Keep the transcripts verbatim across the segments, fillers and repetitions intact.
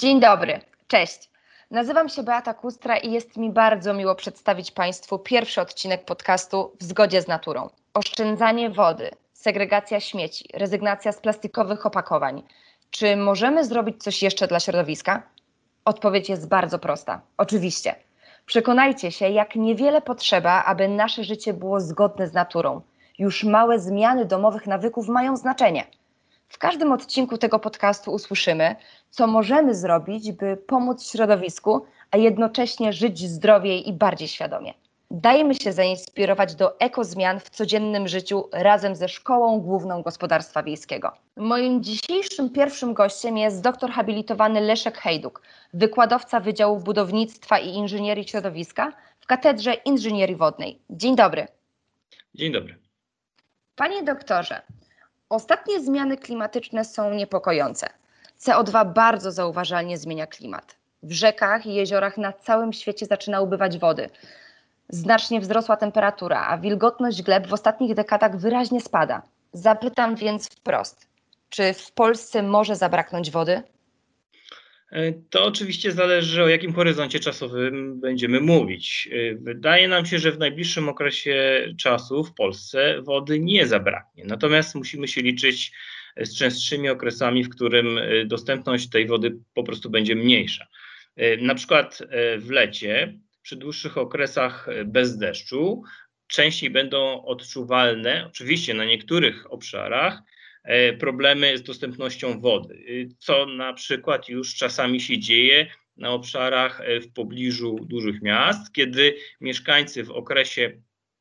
Dzień dobry, cześć. Nazywam się Beata Kustra i jest mi bardzo miło przedstawić Państwu pierwszy odcinek podcastu W zgodzie z naturą. Oszczędzanie wody, segregacja śmieci, rezygnacja z plastikowych opakowań. Czy możemy zrobić coś jeszcze dla środowiska? Odpowiedź jest bardzo prosta. Oczywiście. Przekonajcie się, jak niewiele potrzeba, aby nasze życie było zgodne z naturą. Już małe zmiany domowych nawyków mają znaczenie. W każdym odcinku tego podcastu usłyszymy, co możemy zrobić, by pomóc środowisku, a jednocześnie żyć zdrowiej i bardziej świadomie. Dajmy się zainspirować do ekozmian w codziennym życiu razem ze Szkołą Główną Gospodarstwa Wiejskiego. Moim dzisiejszym pierwszym gościem jest doktor habilitowany Leszek Hejduk, wykładowca Wydziału Budownictwa i Inżynierii Środowiska w Katedrze Inżynierii Wodnej. Dzień dobry. Dzień dobry. Panie doktorze, ostatnie zmiany klimatyczne są niepokojące. C O dwa bardzo zauważalnie zmienia klimat. W rzekach i jeziorach na całym świecie zaczyna ubywać wody. Znacznie wzrosła temperatura, a wilgotność gleb w ostatnich dekadach wyraźnie spada. Zapytam więc wprost, czy w Polsce może zabraknąć wody? To oczywiście zależy, o jakim horyzoncie czasowym będziemy mówić. Wydaje nam się, że w najbliższym okresie czasu w Polsce wody nie zabraknie. Natomiast musimy się liczyć z częstszymi okresami, w którym dostępność tej wody po prostu będzie mniejsza. Na przykład w lecie, przy dłuższych okresach bez deszczu, częściej będą odczuwalne, oczywiście na niektórych obszarach, problemy z dostępnością wody, co na przykład już czasami się dzieje na obszarach w pobliżu dużych miast, kiedy mieszkańcy w okresie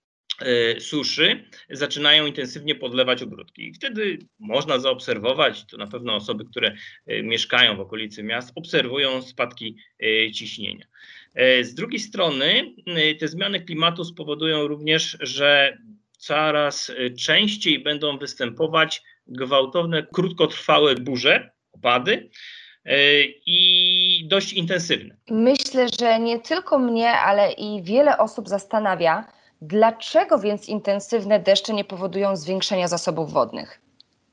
suszy zaczynają intensywnie podlewać ogródki. I wtedy można zaobserwować, to na pewno osoby, które mieszkają w okolicy miast, obserwują spadki ciśnienia. Z drugiej strony te zmiany klimatu spowodują również, że coraz częściej będą występować gwałtowne, krótkotrwałe burze, opady i dość intensywne. Myślę, że nie tylko mnie, ale i wiele osób zastanawia, dlaczego więc intensywne deszcze nie powodują zwiększenia zasobów wodnych?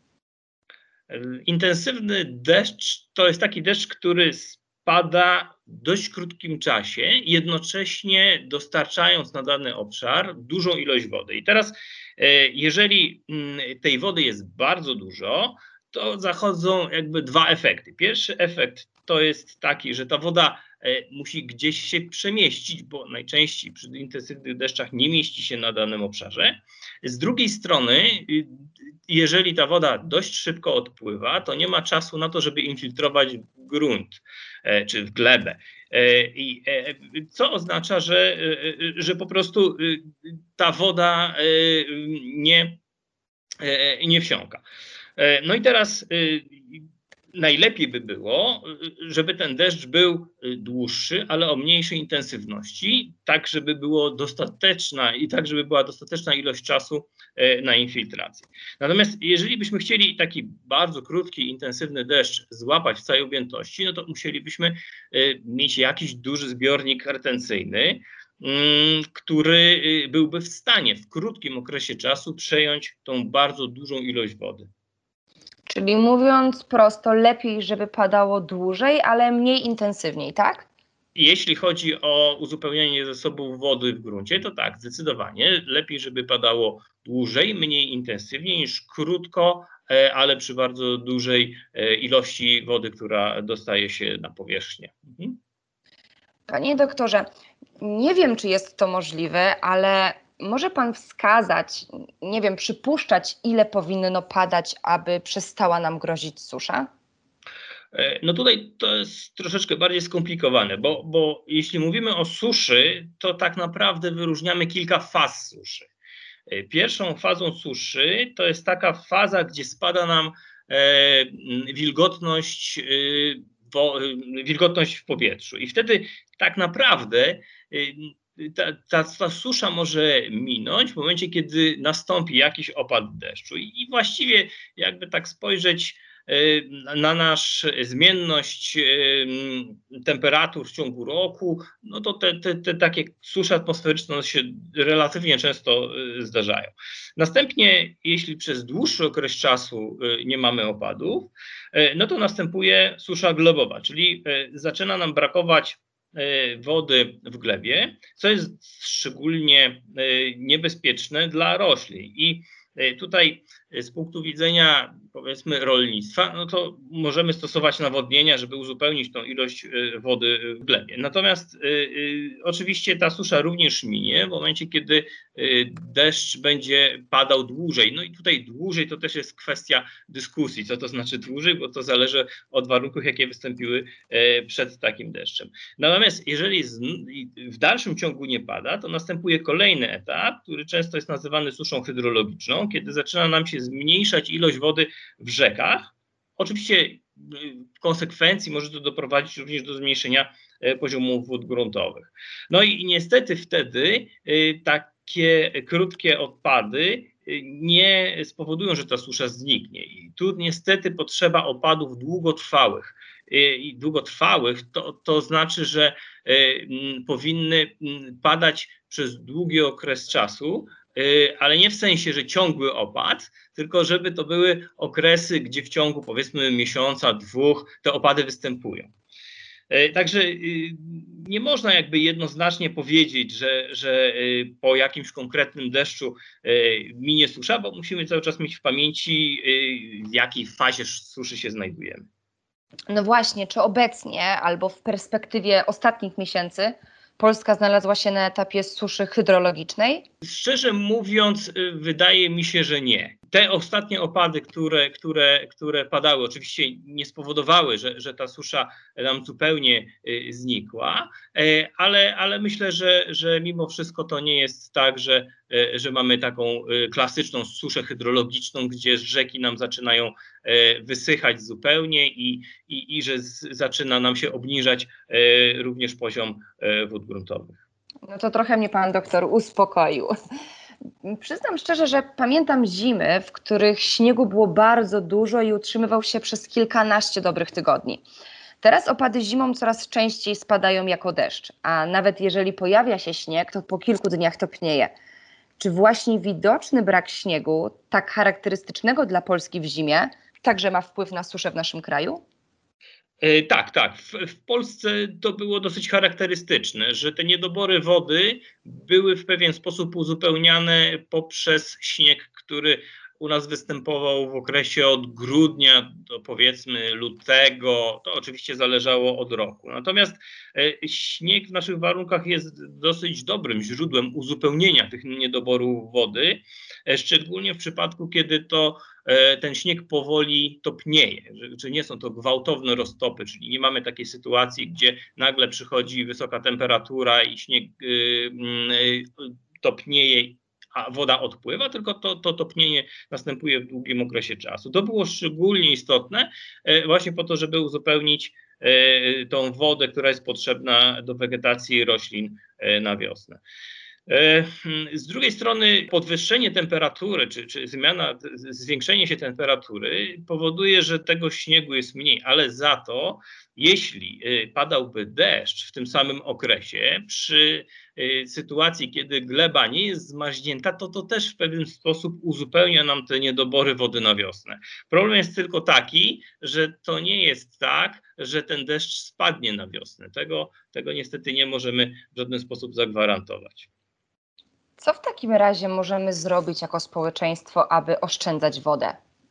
Intensywny deszcz to jest taki deszcz, który spada w dość krótkim czasie, jednocześnie dostarczając na dany obszar dużą ilość wody. I teraz, jeżeli tej wody jest bardzo dużo, to zachodzą jakby dwa efekty. Pierwszy efekt to jest taki, że ta woda musi gdzieś się przemieścić, bo najczęściej przy intensywnych deszczach nie mieści się na danym obszarze. Z drugiej strony, jeżeli ta woda dość szybko odpływa, to nie ma czasu na to, żeby infiltrować w grunt czy w glebę. I co oznacza, że, że po prostu ta woda nie, nie wsiąka. No i teraz najlepiej by było, żeby ten deszcz był dłuższy, ale o mniejszej intensywności, tak żeby było dostateczna i tak żeby była dostateczna ilość czasu na infiltrację. Natomiast jeżeli byśmy chcieli taki bardzo krótki, intensywny deszcz złapać w całej objętości, no to musielibyśmy mieć jakiś duży zbiornik retencyjny, który byłby w stanie w krótkim okresie czasu przejąć tą bardzo dużą ilość wody. Czyli mówiąc prosto, lepiej, żeby padało dłużej, ale mniej intensywniej, tak? Jeśli chodzi o uzupełnianie zasobów wody w gruncie, to tak, zdecydowanie lepiej, żeby padało dłużej, mniej intensywnie niż krótko, ale przy bardzo dużej ilości wody, która dostaje się na powierzchnię. Mhm. Panie doktorze, nie wiem, czy jest to możliwe, ale może pan wskazać, nie wiem, przypuszczać, ile powinno padać, aby przestała nam grozić susza? No tutaj to jest troszeczkę bardziej skomplikowane, bo, bo jeśli mówimy o suszy, to tak naprawdę wyróżniamy kilka faz suszy. Pierwszą fazą suszy to jest taka faza, gdzie spada nam e, wilgotność, e, wo, wilgotność w powietrzu i wtedy tak naprawdę e, Ta, ta, ta susza może minąć w momencie, kiedy nastąpi jakiś opad deszczu. I, i właściwie jakby tak spojrzeć na nasz zmienność temperatur w ciągu roku, no to te, te, te takie susze atmosferyczne się relatywnie często zdarzają. Następnie, jeśli przez dłuższy okres czasu nie mamy opadów, no to następuje susza globowa, czyli zaczyna nam brakować wody w glebie, co jest szczególnie niebezpieczne dla roślin. I tutaj z punktu widzenia, powiedzmy, rolnictwa, no to możemy stosować nawodnienia, żeby uzupełnić tą ilość wody w glebie. Natomiast y, y, oczywiście ta susza również minie w momencie, kiedy y, deszcz będzie padał dłużej. No i tutaj dłużej to też jest kwestia dyskusji, co to znaczy dłużej, bo to zależy od warunków, jakie wystąpiły y, przed takim deszczem. Natomiast jeżeli z, w dalszym ciągu nie pada, to następuje kolejny etap, który często jest nazywany suszą hydrologiczną, kiedy zaczyna nam się zmniejszać ilość wody w rzekach. Oczywiście w konsekwencji może to doprowadzić również do zmniejszenia poziomu wód gruntowych. No i niestety wtedy takie krótkie odpady nie spowodują, że ta susza zniknie. I tu niestety potrzeba opadów długotrwałych. I długotrwałych to, to znaczy, że powinny padać przez długi okres czasu, ale nie w sensie, że ciągły opad, tylko żeby to były okresy, gdzie w ciągu, powiedzmy, miesiąca, dwóch te opady występują. Także nie można jakby jednoznacznie powiedzieć, że, że po jakimś konkretnym deszczu minie susza, bo musimy cały czas mieć w pamięci, w jakiej fazie suszy się znajdujemy. No właśnie, czy obecnie albo w perspektywie ostatnich miesięcy Polska znalazła się na etapie suszy hydrologicznej? Szczerze mówiąc, wydaje mi się, że nie. Te ostatnie opady, które, które, które padały, oczywiście nie spowodowały, że, że ta susza nam zupełnie znikła, ale, ale myślę, że, że mimo wszystko to nie jest tak, że, że mamy taką klasyczną suszę hydrologiczną, gdzie rzeki nam zaczynają wysychać zupełnie i, i, i że z, zaczyna nam się obniżać również poziom wód gruntowych. No to trochę mnie pan doktor uspokoił. Przyznam szczerze, że pamiętam zimy, w których śniegu było bardzo dużo i utrzymywał się przez kilkanaście dobrych tygodni. Teraz opady zimą coraz częściej spadają jako deszcz, a nawet jeżeli pojawia się śnieg, to po kilku dniach topnieje. Czy właśnie widoczny brak śniegu, tak charakterystycznego dla Polski w zimie, także ma wpływ na suszę w naszym kraju? Tak, tak. W, w Polsce to było dosyć charakterystyczne, że te niedobory wody były w pewien sposób uzupełniane poprzez śnieg, który u nas występował w okresie od grudnia do, powiedzmy, lutego. To oczywiście zależało od roku. Natomiast śnieg w naszych warunkach jest dosyć dobrym źródłem uzupełnienia tych niedoborów wody, szczególnie w przypadku, kiedy to ten śnieg powoli topnieje, że nie są to gwałtowne roztopy, czyli nie mamy takiej sytuacji, gdzie nagle przychodzi wysoka temperatura i śnieg topnieje, a woda odpływa, tylko to, to topnienie następuje w długim okresie czasu. To było szczególnie istotne właśnie po to, żeby uzupełnić tą wodę, która jest potrzebna do wegetacji roślin na wiosnę. Z drugiej strony podwyższenie temperatury, czy, czy zmiana, zwiększenie się temperatury powoduje, że tego śniegu jest mniej, ale za to, jeśli padałby deszcz w tym samym okresie, przy sytuacji, kiedy gleba nie jest zmarznięta, to to też w pewien sposób uzupełnia nam te niedobory wody na wiosnę. Problem jest tylko taki, że to nie jest tak, że ten deszcz spadnie na wiosnę. Tego, tego niestety nie możemy w żaden sposób zagwarantować. Co w takim razie możemy zrobić jako społeczeństwo, aby oszczędzać wodę?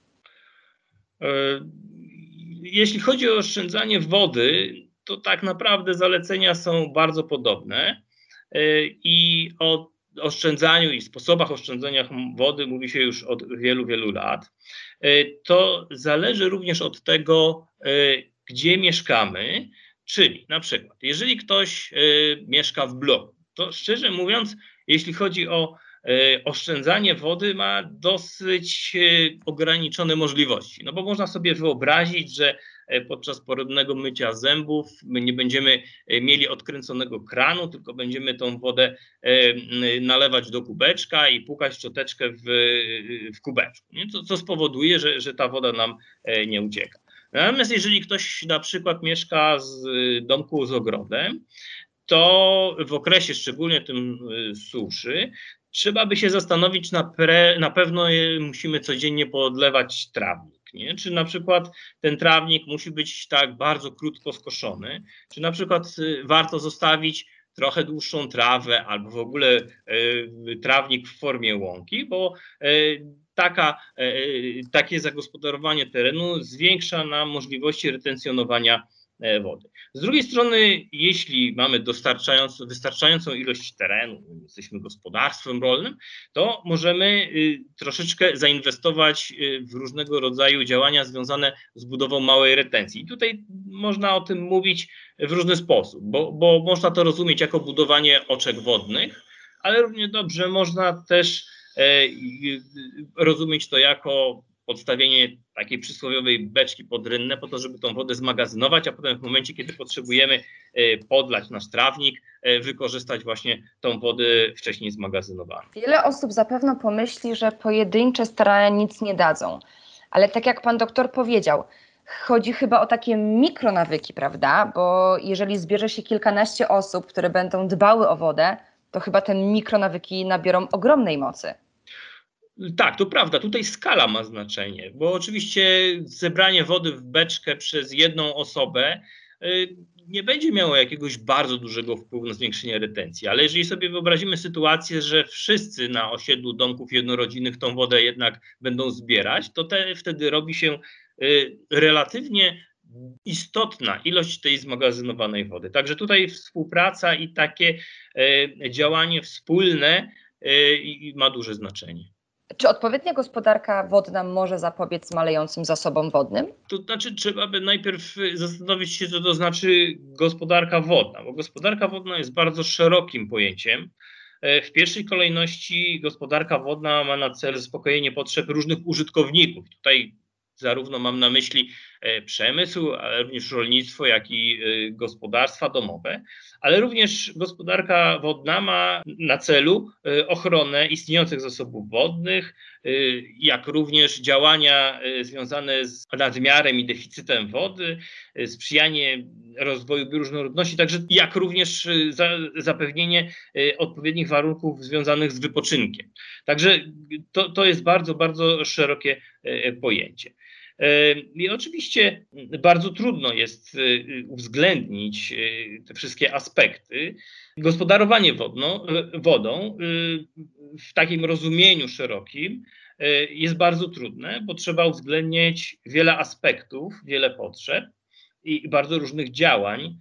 Jeśli chodzi o oszczędzanie wody, to tak naprawdę zalecenia są bardzo podobne i o oszczędzaniu i sposobach oszczędzania wody mówi się już od wielu, wielu lat. To zależy również od tego, gdzie mieszkamy, czyli na przykład, jeżeli ktoś mieszka w bloku, to szczerze mówiąc, jeśli chodzi o oszczędzanie wody, ma dosyć ograniczone możliwości. No bo można sobie wyobrazić, że podczas porannego mycia zębów. My nie będziemy mieli odkręconego kranu, tylko będziemy tą wodę nalewać do kubeczka i płukać szczoteczkę w, w kubeczku, nie? Co, co spowoduje, że, że ta woda nam nie ucieka. Natomiast jeżeli ktoś na przykład mieszka z domku z ogrodem, to w okresie szczególnie tym suszy trzeba by się zastanowić, na, pre, na pewno musimy codziennie podlewać trawnik. Nie? Czy na przykład ten trawnik musi być tak bardzo krótko skoszony, czy na przykład warto zostawić trochę dłuższą trawę albo w ogóle y, trawnik w formie łąki, bo y, taka, y, takie zagospodarowanie terenu zwiększa nam możliwości retencjonowania wody. Z drugiej strony, jeśli mamy dostarczającą, wystarczającą ilość terenu, jesteśmy gospodarstwem rolnym, to możemy troszeczkę zainwestować w różnego rodzaju działania związane z budową małej retencji. I tutaj można o tym mówić w różny sposób, bo, bo można to rozumieć jako budowanie oczek wodnych, ale równie dobrze można też rozumieć to jako podstawienie takiej przysłowiowej beczki pod rynnę po to, żeby tą wodę zmagazynować, a potem w momencie, kiedy potrzebujemy podlać nasz trawnik, wykorzystać właśnie tą wodę wcześniej zmagazynowaną. Wiele osób zapewne pomyśli, że pojedyncze starania nic nie dadzą, ale tak jak pan doktor powiedział, chodzi chyba o takie mikronawyki, prawda? Bo jeżeli zbierze się kilkanaście osób, które będą dbały o wodę, to chyba te mikronawyki nabiorą ogromnej mocy. Tak, to prawda, tutaj skala ma znaczenie, bo oczywiście zebranie wody w beczkę przez jedną osobę nie będzie miało jakiegoś bardzo dużego wpływu na zwiększenie retencji, ale jeżeli sobie wyobrazimy sytuację, że wszyscy na osiedlu domków jednorodzinnych tą wodę jednak będą zbierać, to te, wtedy robi się relatywnie istotna ilość tej zmagazynowanej wody. Także tutaj współpraca i takie działanie wspólne ma duże znaczenie. Czy odpowiednia gospodarka wodna może zapobiec malejącym zasobom wodnym? To znaczy, trzeba by najpierw zastanowić się, co to znaczy gospodarka wodna, bo gospodarka wodna jest bardzo szerokim pojęciem. W pierwszej kolejności gospodarka wodna ma na celu zaspokojenie potrzeb różnych użytkowników. Tutaj zarówno mam na myśli przemysł, ale również rolnictwo, jak i gospodarstwa domowe, ale również gospodarka wodna ma na celu ochronę istniejących zasobów wodnych, jak również działania związane z nadmiarem i deficytem wody, sprzyjanie rozwoju bioróżnorodności, także jak również zapewnienie odpowiednich warunków związanych z wypoczynkiem. Także to, to jest bardzo, bardzo szerokie pojęcie. I oczywiście bardzo trudno jest uwzględnić te wszystkie aspekty. Gospodarowanie wodno, wodą w takim rozumieniu szerokim jest bardzo trudne, bo trzeba uwzględniać wiele aspektów, wiele potrzeb i bardzo różnych działań,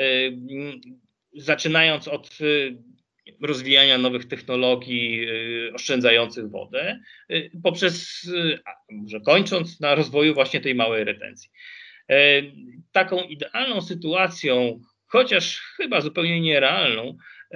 zaczynając od rozwijania nowych technologii oszczędzających wodę, poprzez, może kończąc na rozwoju właśnie tej małej retencji. Taką idealną sytuacją, chociaż chyba zupełnie nierealną,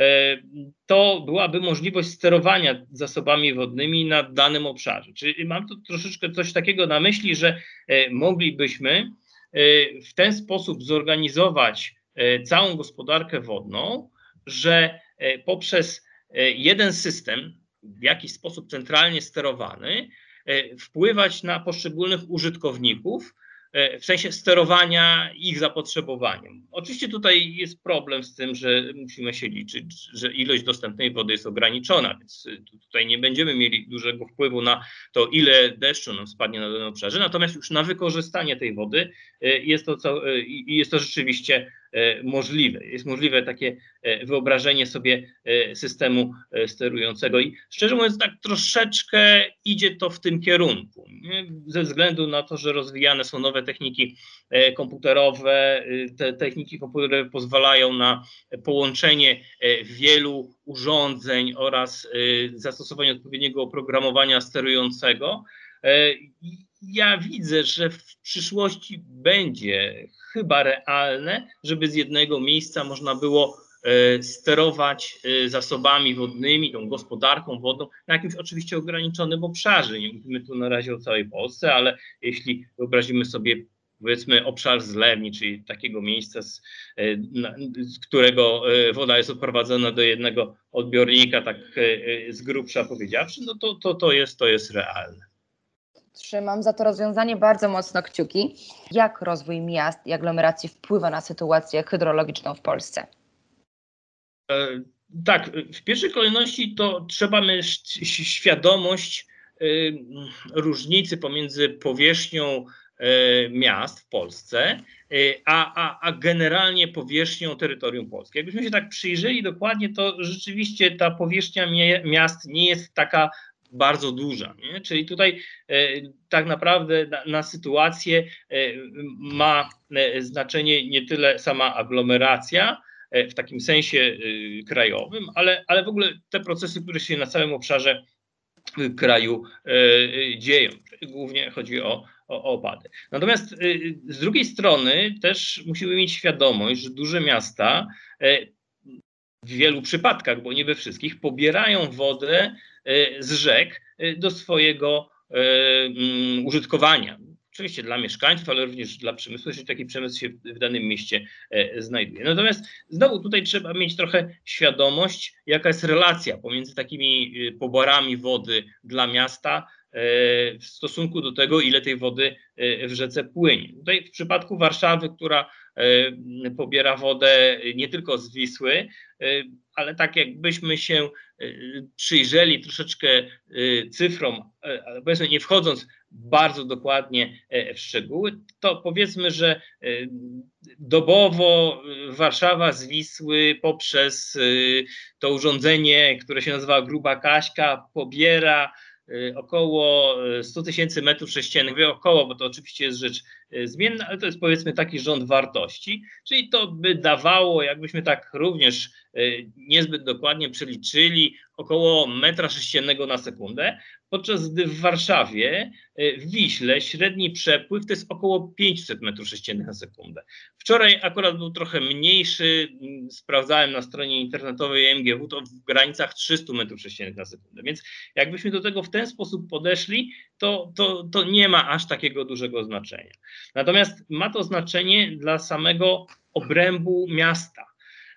to byłaby możliwość sterowania zasobami wodnymi na danym obszarze. Czyli mam tu troszeczkę coś takiego na myśli, że moglibyśmy w ten sposób zorganizować całą gospodarkę wodną, że poprzez jeden system, w jakiś sposób centralnie sterowany, wpływać na poszczególnych użytkowników w sensie sterowania ich zapotrzebowaniem. Oczywiście tutaj jest problem z tym, że musimy się liczyć, że ilość dostępnej wody jest ograniczona, więc tutaj nie będziemy mieli dużego wpływu na to, ile deszczu nam spadnie na danym obszarze, natomiast już na wykorzystanie tej wody jest to, co, jest to rzeczywiście możliwe. Jest możliwe takie wyobrażenie sobie systemu sterującego i szczerze mówiąc tak troszeczkę idzie to w tym kierunku, nie? Ze względu na to, że rozwijane są nowe techniki komputerowe. Te techniki komputerowe pozwalają na połączenie wielu urządzeń oraz zastosowanie odpowiedniego oprogramowania sterującego. Ja widzę, że w przyszłości będzie chyba realne, żeby z jednego miejsca można było sterować zasobami wodnymi, tą gospodarką wodną na jakimś oczywiście ograniczonym obszarze. Nie mówimy tu na razie o całej Polsce, ale jeśli wyobrazimy sobie powiedzmy obszar zlewni, czyli takiego miejsca, z, z którego woda jest odprowadzona do jednego odbiornika, tak z grubsza powiedziawszy, no to, to, to, jest, to jest realne. Trzymam za to rozwiązanie bardzo mocno kciuki. Jak rozwój miast i aglomeracji wpływa na sytuację hydrologiczną w Polsce? E, tak, w pierwszej kolejności to trzeba mieć świadomość y, różnicy pomiędzy powierzchnią y, miast w Polsce, y, a, a, a generalnie powierzchnią terytorium Polski. Jakbyśmy się tak przyjrzeli dokładnie, to rzeczywiście ta powierzchnia miast nie jest taka bardzo duża, nie? Czyli tutaj y, tak naprawdę na, na sytuację y, ma y, znaczenie nie tyle sama aglomeracja w takim sensie y, krajowym, ale, ale w ogóle te procesy, które się na całym obszarze kraju y, dzieją. Głównie chodzi o, o, o opady. Natomiast y, z drugiej strony też musimy mieć świadomość, że duże miasta y, w wielu przypadkach, bo nie we wszystkich, pobierają wodę z rzek do swojego użytkowania. Oczywiście dla mieszkańców, ale również dla przemysłu, jeśli taki przemysł się w danym mieście znajduje. Natomiast znowu tutaj trzeba mieć trochę świadomość, jaka jest relacja pomiędzy takimi poborami wody dla miasta w stosunku do tego, ile tej wody w rzece płynie. Tutaj w przypadku Warszawy, która pobiera wodę nie tylko z Wisły, ale tak jakbyśmy się przyjrzeli troszeczkę cyfrom, ale powiedzmy nie wchodząc bardzo dokładnie w szczegóły, to powiedzmy, że dobowo Warszawa z Wisły poprzez to urządzenie, które się nazywa Gruba Kaśka, pobiera około sto tysięcy metrów sześciennych, mówię około, bo to oczywiście jest rzecz zmienna, ale to jest powiedzmy taki rząd wartości, czyli to by dawało, jakbyśmy tak również niezbyt dokładnie przeliczyli, około metra sześciennego na sekundę, podczas gdy w Warszawie, w Wiśle średni przepływ to jest około pięćset metrów sześciennych na sekundę. Wczoraj akurat był trochę mniejszy, sprawdzałem na stronie internetowej M G W, to w granicach trzysta metrów sześciennych na sekundę, więc jakbyśmy do tego w ten sposób podeszli, to, to, to nie ma aż takiego dużego znaczenia. Natomiast ma to znaczenie dla samego obrębu miasta.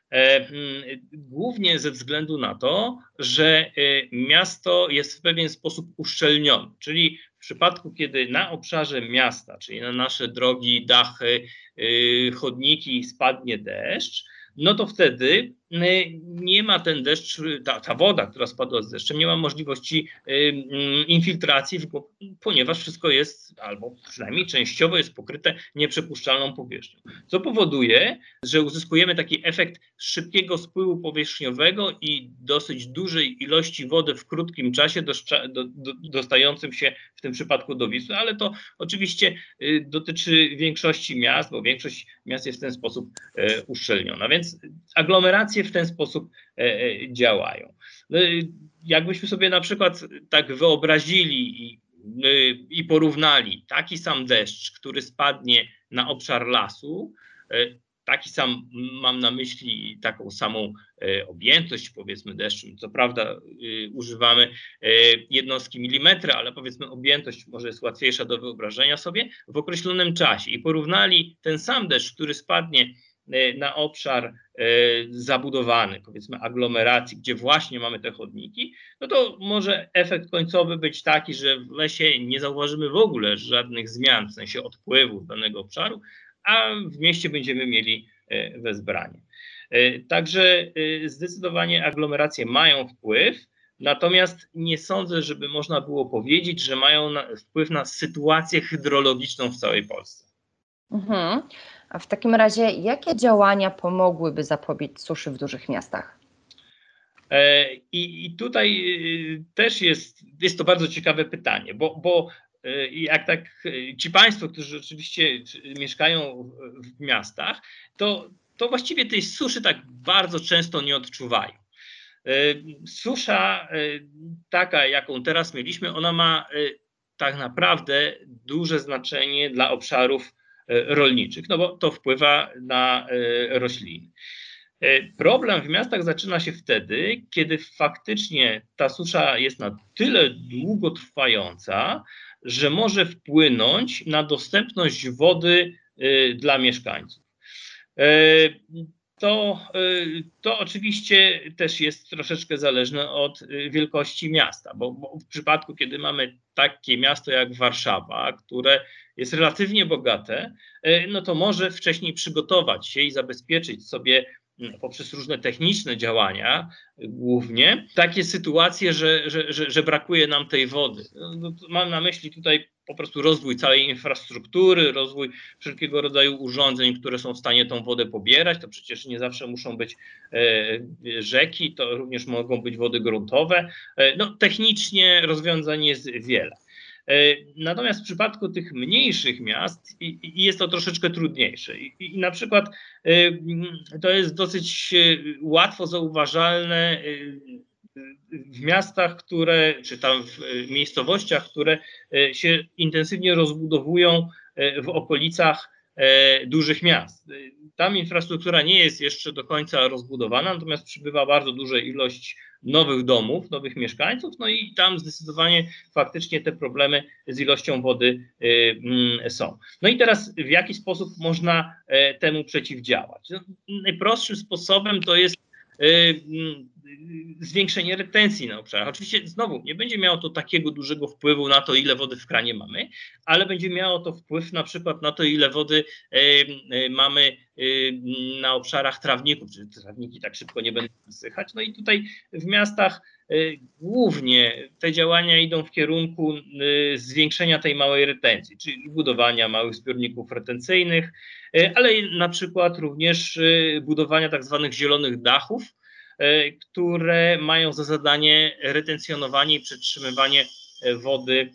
Głównie ze względu na to, że miasto jest w pewien sposób uszczelnione, czyli w przypadku, kiedy na obszarze miasta, czyli na nasze drogi, dachy, chodniki spadnie deszcz, no to wtedy nie ma ten deszcz, ta, ta woda, która spadła z deszczem, nie ma możliwości infiltracji, ponieważ wszystko jest, albo przynajmniej częściowo jest pokryte nieprzepuszczalną powierzchnią. Co powoduje, że uzyskujemy taki efekt szybkiego spływu powierzchniowego i dosyć dużej ilości wody w krótkim czasie do, do, dostającym się w tym przypadku do Wisły, ale to oczywiście dotyczy większości miast, bo większość miast jest w ten sposób uszczelniona, więc aglomeracje w ten sposób działają. Jakbyśmy sobie na przykład tak wyobrazili i, i porównali taki sam deszcz, który spadnie na obszar lasu, taki sam, mam na myśli taką samą objętość, powiedzmy, deszczem. Co prawda używamy jednostki milimetra, ale powiedzmy objętość może jest łatwiejsza do wyobrażenia sobie w określonym czasie i porównali ten sam deszcz, który spadnie na obszar zabudowany, powiedzmy aglomeracji, gdzie właśnie mamy te chodniki, no to może efekt końcowy być taki, że w lesie nie zauważymy w ogóle żadnych zmian w sensie odpływu danego obszaru, a w mieście będziemy mieli wezbranie. Także zdecydowanie aglomeracje mają wpływ, natomiast nie sądzę, żeby można było powiedzieć, że mają wpływ na sytuację hydrologiczną w całej Polsce. Mhm. A w takim razie jakie działania pomogłyby zapobiec suszy w dużych miastach? I, i tutaj też jest, jest to bardzo ciekawe pytanie, bo, bo jak tak ci Państwo, którzy oczywiście mieszkają w, w miastach, to, to właściwie tej suszy tak bardzo często nie odczuwają. Susza taka, jaką teraz mieliśmy, ona ma tak naprawdę duże znaczenie dla obszarów rolniczych, no bo to wpływa na rośliny. Problem w miastach zaczyna się wtedy, kiedy faktycznie ta susza jest na tyle długotrwająca, że może wpłynąć na dostępność wody dla mieszkańców. To, to oczywiście też jest troszeczkę zależne od wielkości miasta, bo, bo w przypadku, kiedy mamy takie miasto jak Warszawa, które jest relatywnie bogate, no to może wcześniej przygotować się i zabezpieczyć sobie poprzez różne techniczne działania głównie takie sytuacje, że, że, że, że brakuje nam tej wody. No, mam na myśli tutaj po prostu rozwój całej infrastruktury, rozwój wszelkiego rodzaju urządzeń, które są w stanie tą wodę pobierać. To przecież nie zawsze muszą być rzeki, to również mogą być wody gruntowe. No, technicznie rozwiązań jest wiele. Natomiast w przypadku tych mniejszych miast jest to troszeczkę trudniejsze. I na przykład to jest dosyć łatwo zauważalne w miastach, które, czy tam w miejscowościach, które się intensywnie rozbudowują w okolicach dużych miast. Tam infrastruktura nie jest jeszcze do końca rozbudowana, natomiast przybywa bardzo duża ilość nowych domów, nowych mieszkańców, no i tam zdecydowanie faktycznie te problemy z ilością wody są. No i teraz w jaki sposób można temu przeciwdziałać? No, najprostszym sposobem to jest zwiększenie retencji na obszarach. Oczywiście znowu nie będzie miało to takiego dużego wpływu na to, ile wody w kranie mamy, ale będzie miało to wpływ na przykład na to, ile wody mamy na obszarach trawników, czyli trawniki tak szybko nie będą wysychać. No i tutaj w miastach głównie te działania idą w kierunku zwiększenia tej małej retencji, czyli budowania małych zbiorników retencyjnych, ale na przykład również budowania tak zwanych zielonych dachów, które mają za zadanie retencjonowanie i przetrzymywanie wody,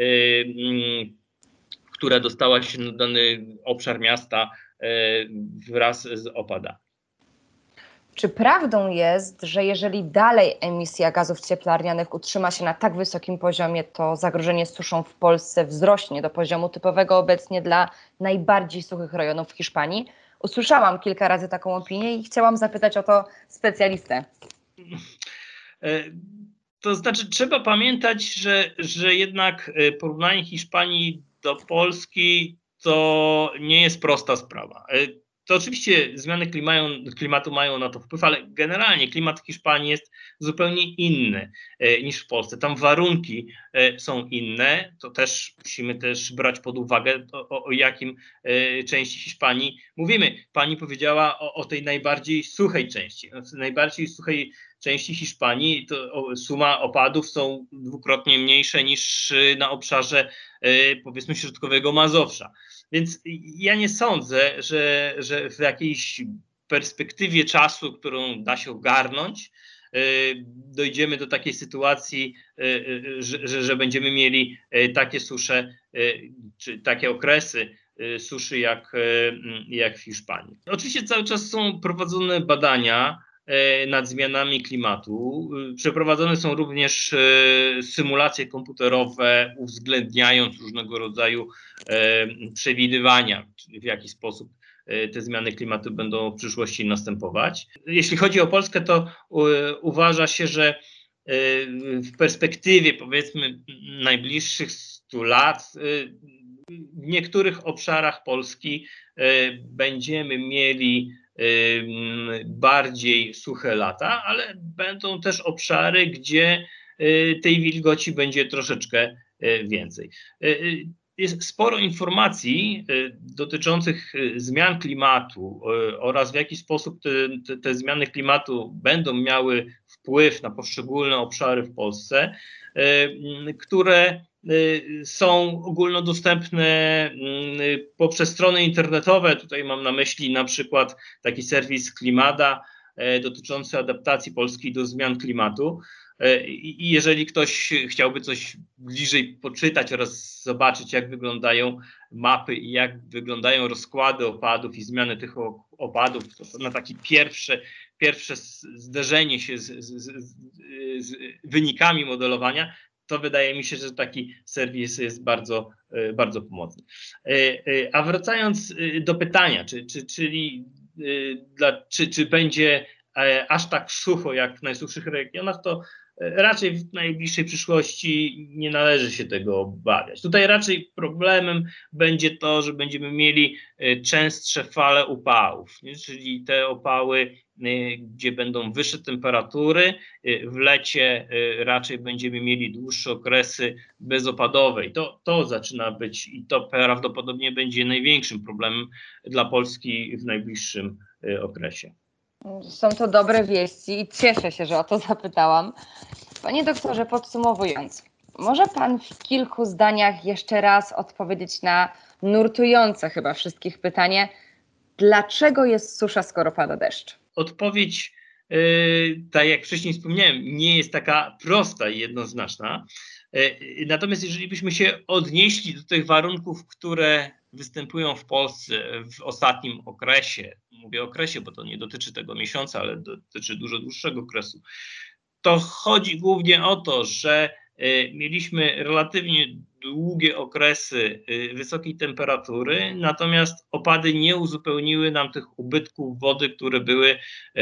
która dostała się na dany obszar miasta wraz z opadami. Czy prawdą jest, że jeżeli dalej emisja gazów cieplarnianych utrzyma się na tak wysokim poziomie, to zagrożenie suszą w Polsce wzrośnie do poziomu typowego obecnie dla najbardziej suchych rejonów w Hiszpanii? Usłyszałam kilka razy taką opinię i chciałam zapytać o to specjalistę. To znaczy trzeba pamiętać, że, że jednak porównanie Hiszpanii do Polski to nie jest prosta sprawa. To oczywiście zmiany klimatu mają na to wpływ, ale generalnie klimat w Hiszpanii jest zupełnie inny niż w Polsce. Tam warunki są inne, to też musimy też brać pod uwagę, o, o jakim części Hiszpanii mówimy. Pani powiedziała o, o tej najbardziej suchej części. W najbardziej suchej części Hiszpanii to suma opadów są dwukrotnie mniejsze niż na obszarze powiedzmy środkowego Mazowsza. Więc ja nie sądzę, że, że w jakiejś perspektywie czasu, którą da się ogarnąć, dojdziemy do takiej sytuacji, że, że, że będziemy mieli takie susze, czy takie okresy suszy jak, jak w Hiszpanii. Oczywiście cały czas są prowadzone badania nad zmianami klimatu. Przeprowadzone są również symulacje komputerowe, uwzględniając różnego rodzaju przewidywania, w jaki sposób te zmiany klimatu będą w przyszłości następować. Jeśli chodzi o Polskę, to uważa się, że w perspektywie powiedzmy najbliższych stu lat w niektórych obszarach Polski będziemy mieli bardziej suche lata, ale będą też obszary, gdzie tej wilgoci będzie troszeczkę więcej. Jest sporo informacji dotyczących zmian klimatu oraz w jaki sposób te, te, te zmiany klimatu będą miały wpływ na poszczególne obszary w Polsce, które są ogólnodostępne poprzez strony internetowe. Tutaj mam na myśli na przykład taki serwis Klimada dotyczący adaptacji Polski do zmian klimatu. I jeżeli ktoś chciałby coś bliżej poczytać oraz zobaczyć, jak wyglądają mapy i jak wyglądają rozkłady opadów i zmiany tych opadów, to na takie pierwsze, pierwsze zderzenie się z, z, z, z wynikami modelowania, to wydaje mi się, że taki serwis jest bardzo, bardzo pomocny. A wracając do pytania, czy, czy, czyli dla, czy, czy będzie aż tak sucho jak w najsuchszych regionach, to raczej w najbliższej przyszłości nie należy się tego obawiać. Tutaj raczej problemem będzie to, że będziemy mieli częstsze fale upałów, nie? Czyli te opały, gdzie będą wyższe temperatury, w lecie raczej będziemy mieli dłuższe okresy bezopadowe. I to, to zaczyna być i to prawdopodobnie będzie największym problemem dla Polski w najbliższym okresie. Są to dobre wieści i cieszę się, że o to zapytałam. Panie doktorze, podsumowując, może pan w kilku zdaniach jeszcze raz odpowiedzieć na nurtujące chyba wszystkich pytanie, dlaczego jest susza, skoro pada deszcz? Odpowiedź, yy, tak jak wcześniej wspomniałem, nie jest taka prosta i jednoznaczna. Yy, natomiast jeżeli byśmy się odnieśli do tych warunków, które występują w Polsce w ostatnim okresie, mówię okresie, bo to nie dotyczy tego miesiąca, ale dotyczy dużo dłuższego okresu, to chodzi głównie o to, że mieliśmy relatywnie długie okresy wysokiej temperatury, natomiast opady nie uzupełniły nam tych ubytków wody, które były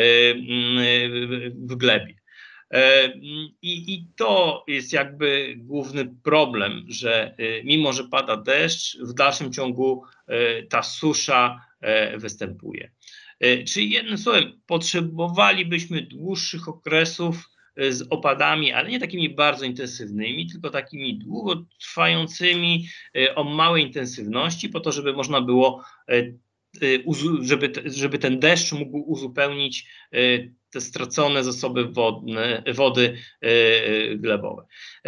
w glebie. I, I to jest jakby główny problem, że mimo, że pada deszcz, w dalszym ciągu ta susza występuje. Czyli jednym słowem, potrzebowalibyśmy dłuższych okresów z opadami, ale nie takimi bardzo intensywnymi, tylko takimi długotrwającymi, o małej intensywności, po to, żeby można było, żeby, żeby ten deszcz mógł uzupełnić te stracone zasoby wodne, wody glebowe.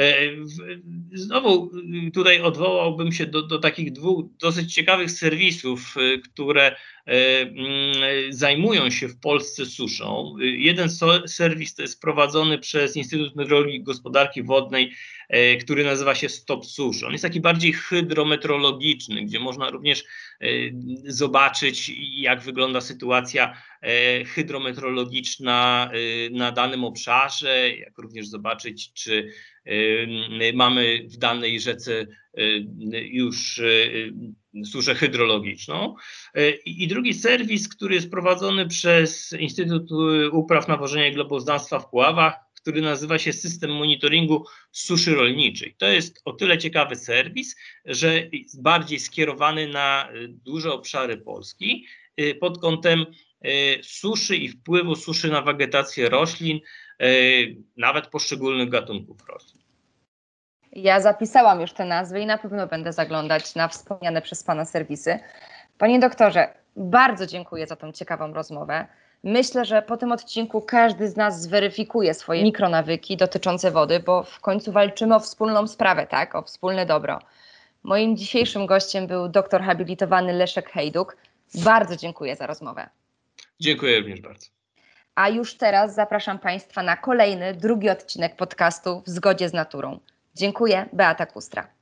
Znowu tutaj odwołałbym się do, do takich dwóch dosyć ciekawych serwisów, które zajmują się w Polsce suszą. Jeden serwis to jest prowadzony przez Instytut Meteorologii i Gospodarki Wodnej, który nazywa się Stop Susz. On jest taki bardziej hydrometeorologiczny, gdzie można również zobaczyć, jak wygląda sytuacja hydrometeorologiczna na danym obszarze, jak również zobaczyć, czy mamy w danej rzece już suszę hydrologiczną. I drugi serwis, który jest prowadzony przez Instytut Upraw, Nawożenia i Gleboznawstwa w Puławach, który nazywa się System Monitoringu Suszy Rolniczej. To jest o tyle ciekawy serwis, że jest bardziej skierowany na duże obszary Polski pod kątem suszy i wpływu suszy na wegetację roślin, nawet poszczególnych gatunków roślin. Ja zapisałam już te nazwy i na pewno będę zaglądać na wspomniane przez pana serwisy. Panie doktorze, bardzo dziękuję za tą ciekawą rozmowę. Myślę, że po tym odcinku każdy z nas zweryfikuje swoje mikronawyki dotyczące wody, bo w końcu walczymy o wspólną sprawę, tak? O wspólne dobro. Moim dzisiejszym gościem był doktor habilitowany Leszek Hejduk. Bardzo dziękuję za rozmowę. Dziękuję również bardzo. A już teraz zapraszam Państwa na kolejny, drugi odcinek podcastu W zgodzie z naturą. Dziękuję, Beata Kustra.